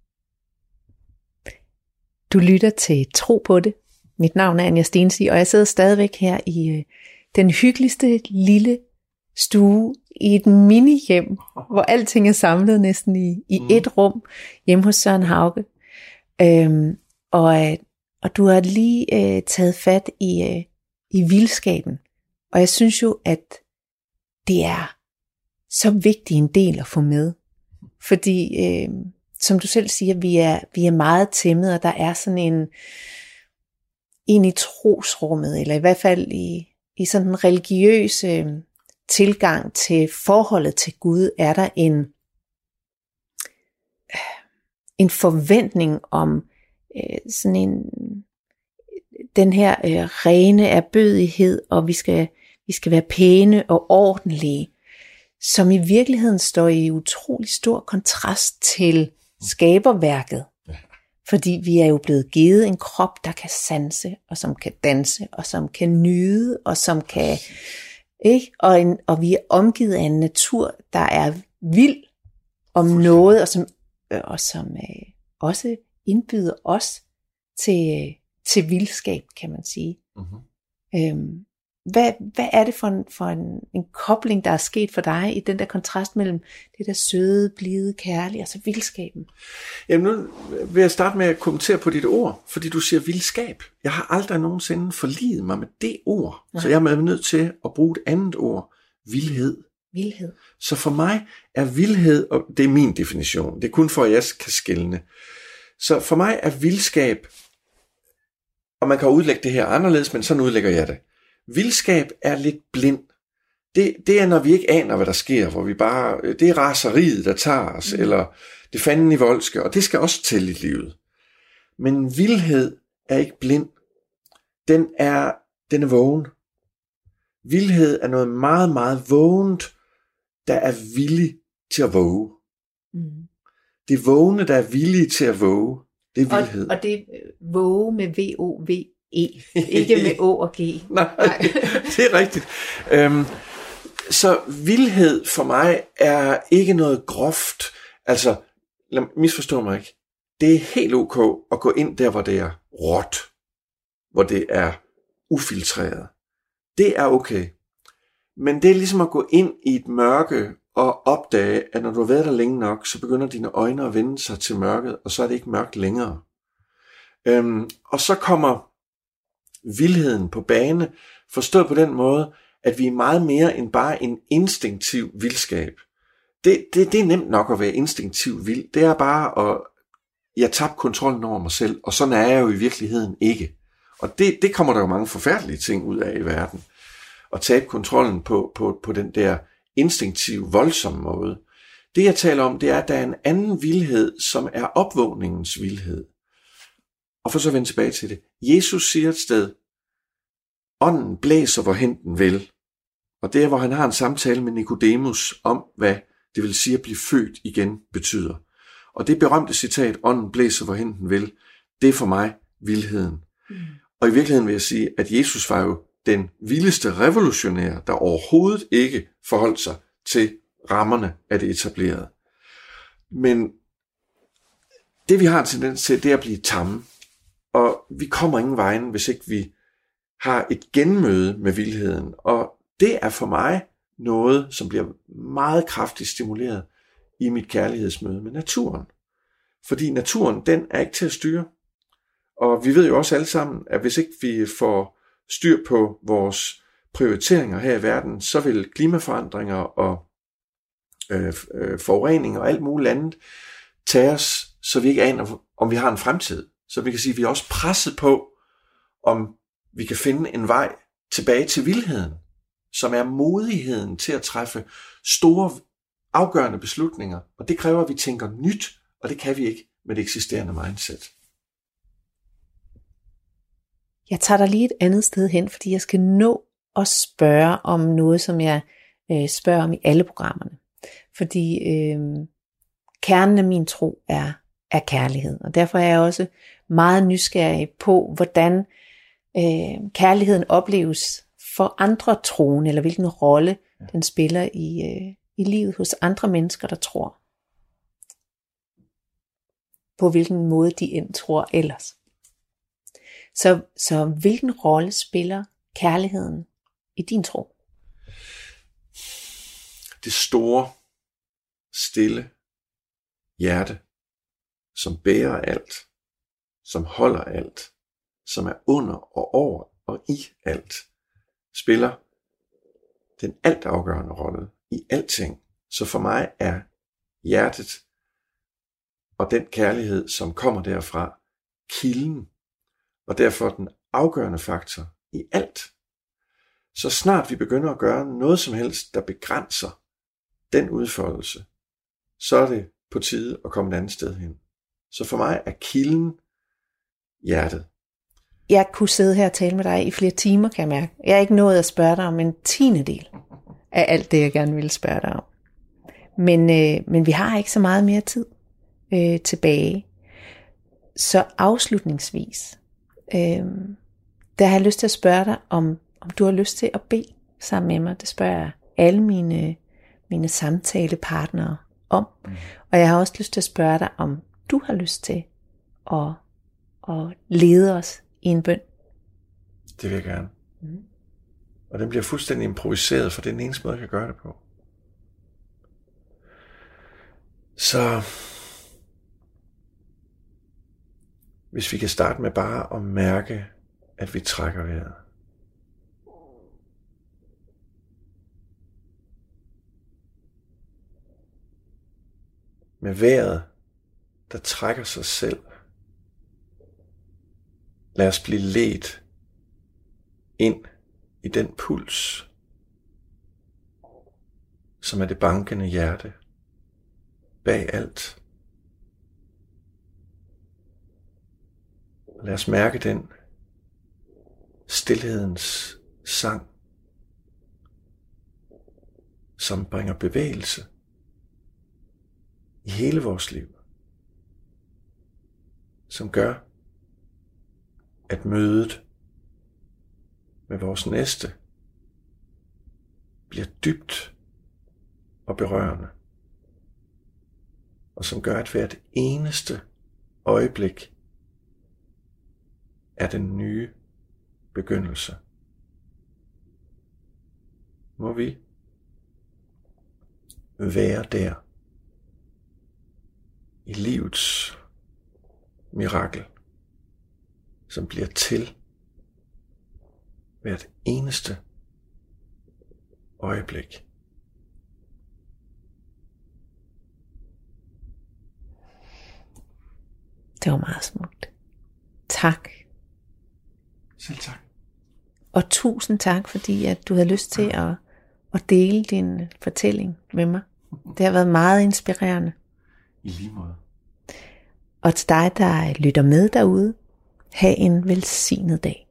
Du lytter til Tro på det. Mit navn er Anja Stensig, og jeg sidder stadigvæk her i øh, den hyggeligste lille stue i et mini-hjem, hvor alting er samlet næsten i, i mm. et rum, hjemme hos Søren Hauge. Øhm, og, og du har lige øh, taget fat i, øh, i vildskaben. Og jeg synes jo, at det er så vigtig en del at få med. Fordi, øh, som du selv siger, vi er, vi er meget tæmmet, og der er sådan en, en i trosrummet, eller i hvert fald i, i sådan en religiøs øh, tilgang til forholdet til Gud, er der en, en forventning om øh, sådan en, den her øh, rene erbødighed, og vi skal, vi skal være pæne og ordentlige, som i virkeligheden står i utrolig stor kontrast til skaberværket. Fordi vi er jo blevet givet en krop, der kan sanse, og som kan danse, og som kan nyde, og som kan, ikke? Og, en, og vi er omgivet af en natur, der er vild om noget, og som, og som øh, også indbyder os til, til vildskab, kan man sige. Mm-hmm. Øhm, hvad, hvad er det for, en, for en, en kobling, der er sket for dig i den der kontrast mellem det der søde, blide, kærlige og så vildskaben? Jamen nu vil jeg starte med at kommentere på dit ord, fordi du siger vildskab. Jeg har aldrig nogensinde forliget mig med det ord, nej. Så jeg er nødt til at bruge et andet ord, vildhed. Vildhed. Så for mig er vildhed, og det er min definition, det er kun for at jeg kan skelne. Så for mig er vildskab, og man kan udlægge det her anderledes, men sådan udlægger jeg det. Vildskab er lidt blind. Det, det er, når vi ikke aner, hvad der sker, hvor vi bare, det er raseriet, der tager os, mm. eller det fanden i voldske, og det skal også tælle i livet. Men vildhed er ikke blind. Den er, den er vågen. Vildhed er noget meget, meget vågent, der er villig til at våge. Mm. Det er vågne, der er villige til at våge. Det er vildhed. Og, og det er våge med V O V E, ikke med O og G. Nej, Nej. Det er rigtigt. Øhm, så vildhed for mig er ikke noget groft. Altså, lad mig misforstå mig ikke. Det er helt ok at gå ind der, hvor det er råt. Hvor det er ufiltreret. Det er okay. Men det er ligesom at gå ind i et mørke og opdage, at når du har været der længe nok, så begynder dine øjne at vende sig til mørket, og så er det ikke mørkt længere. Øhm, og så kommer vildheden på bane, forstået på den måde, at vi er meget mere end bare en instinktiv vildskab. Det, det, det er nemt nok at være instinktiv vild. Det er bare at, jeg tabte kontrollen over mig selv, og sådan er jeg jo i virkeligheden ikke. Og det, det kommer der jo mange forfærdelige ting ud af i verden. At tabe kontrollen på, på, på den der instinktive, voldsomme måde. Det jeg taler om, det er, at der er en anden vildhed, som er opvågningens vildhed. Og for så at vende tilbage til det. Jesus siger et sted, ånden blæser, hvorhen den vil. Og det er, hvor han har en samtale med Nikodemus om, hvad det vil sige at blive født igen betyder. Og det berømte citat, ånden blæser, hvorhen den vil, det er for mig vildheden. Mm. Og i virkeligheden vil jeg sige, at Jesus var jo den vildeste revolutionær, der overhovedet ikke forholdt sig til rammerne af det etablerede. Men det vi har en tendens til, det er at blive tamme. Og vi kommer ingen vejen, hvis ikke vi har et genmøde med vildheden. Og det er for mig noget, som bliver meget kraftigt stimuleret i mit kærlighedsmøde med naturen. Fordi naturen, den er ikke til at styre. Og vi ved jo også alle sammen, at hvis ikke vi får styr på vores prioriteringer her i verden, så vil klimaforandringer og øh, øh, forurening og alt muligt andet tage os, så vi ikke aner, om vi har en fremtid. Så vi kan sige, at vi er også presset på, om vi kan finde en vej tilbage til vildheden, som er modigheden til at træffe store, afgørende beslutninger. Og det kræver, at vi tænker nyt, og det kan vi ikke med det eksisterende mindset. Jeg tager dig lige et andet sted hen, fordi jeg skal nå at spørge om noget, som jeg øh, spørger om i alle programmerne. Fordi øh, kernen af min tro er, er kærlighed, og derfor er jeg også meget nysgerrig på, hvordan øh, kærligheden opleves for andre troende, eller hvilken rolle den spiller i, øh, i livet hos andre mennesker, der tror. På hvilken måde de end tror ellers. Så, så hvilken rolle spiller kærligheden i din tro? Det store, stille hjerte, som bærer alt, som holder alt, som er under og over og i alt, spiller den altafgørende rolle i alting. Så for mig er hjertet og den kærlighed, som kommer derfra, kilden, og derfor den afgørende faktor i alt. Så snart vi begynder at gøre noget som helst, der begrænser den udfoldelse, så er det på tide at komme et andet sted hen. Så for mig er kilden hjertet. Jeg kunne sidde her og tale med dig i flere timer, kan jeg mærke. Jeg er ikke nået at spørge dig om en tiende del af alt det, jeg gerne ville spørge dig om. Men, øh, men vi har ikke så meget mere tid øh, tilbage. Så afslutningsvis, øh, der har jeg lyst til at spørge dig, om, om du har lyst til at bede sammen med mig. Det spørger jeg alle mine, mine samtalepartnere om. Mm. Og jeg har også lyst til at spørge dig, om du har lyst til at, at lede os i en bøn. Det vil jeg gerne. Mm. Og den bliver fuldstændig improviseret, for det er den eneste måde, jeg kan gøre det på. Så hvis vi kan starte med bare at mærke, at vi trækker vejret. Med vejret, der trækker sig selv. Lad os blive ledt ind i den puls, som er det bankende hjerte bag alt. Lad os mærke den stilhedens sang, som bringer bevægelse i hele vores liv, som gør, at mødet med vores næste bliver dybt og berørende, og som gør, at hvert eneste øjeblik er den nye begyndelse. Må vi være der i livets mirakel, som bliver til hvert eneste øjeblik. Det var meget smukt. Tak. Selv tak. Og tusind tak, fordi at du havde lyst til at, at dele din fortælling med mig. Det har været meget inspirerende. I lige måde. Og til dig, der lytter med derude, have en velsignet dag.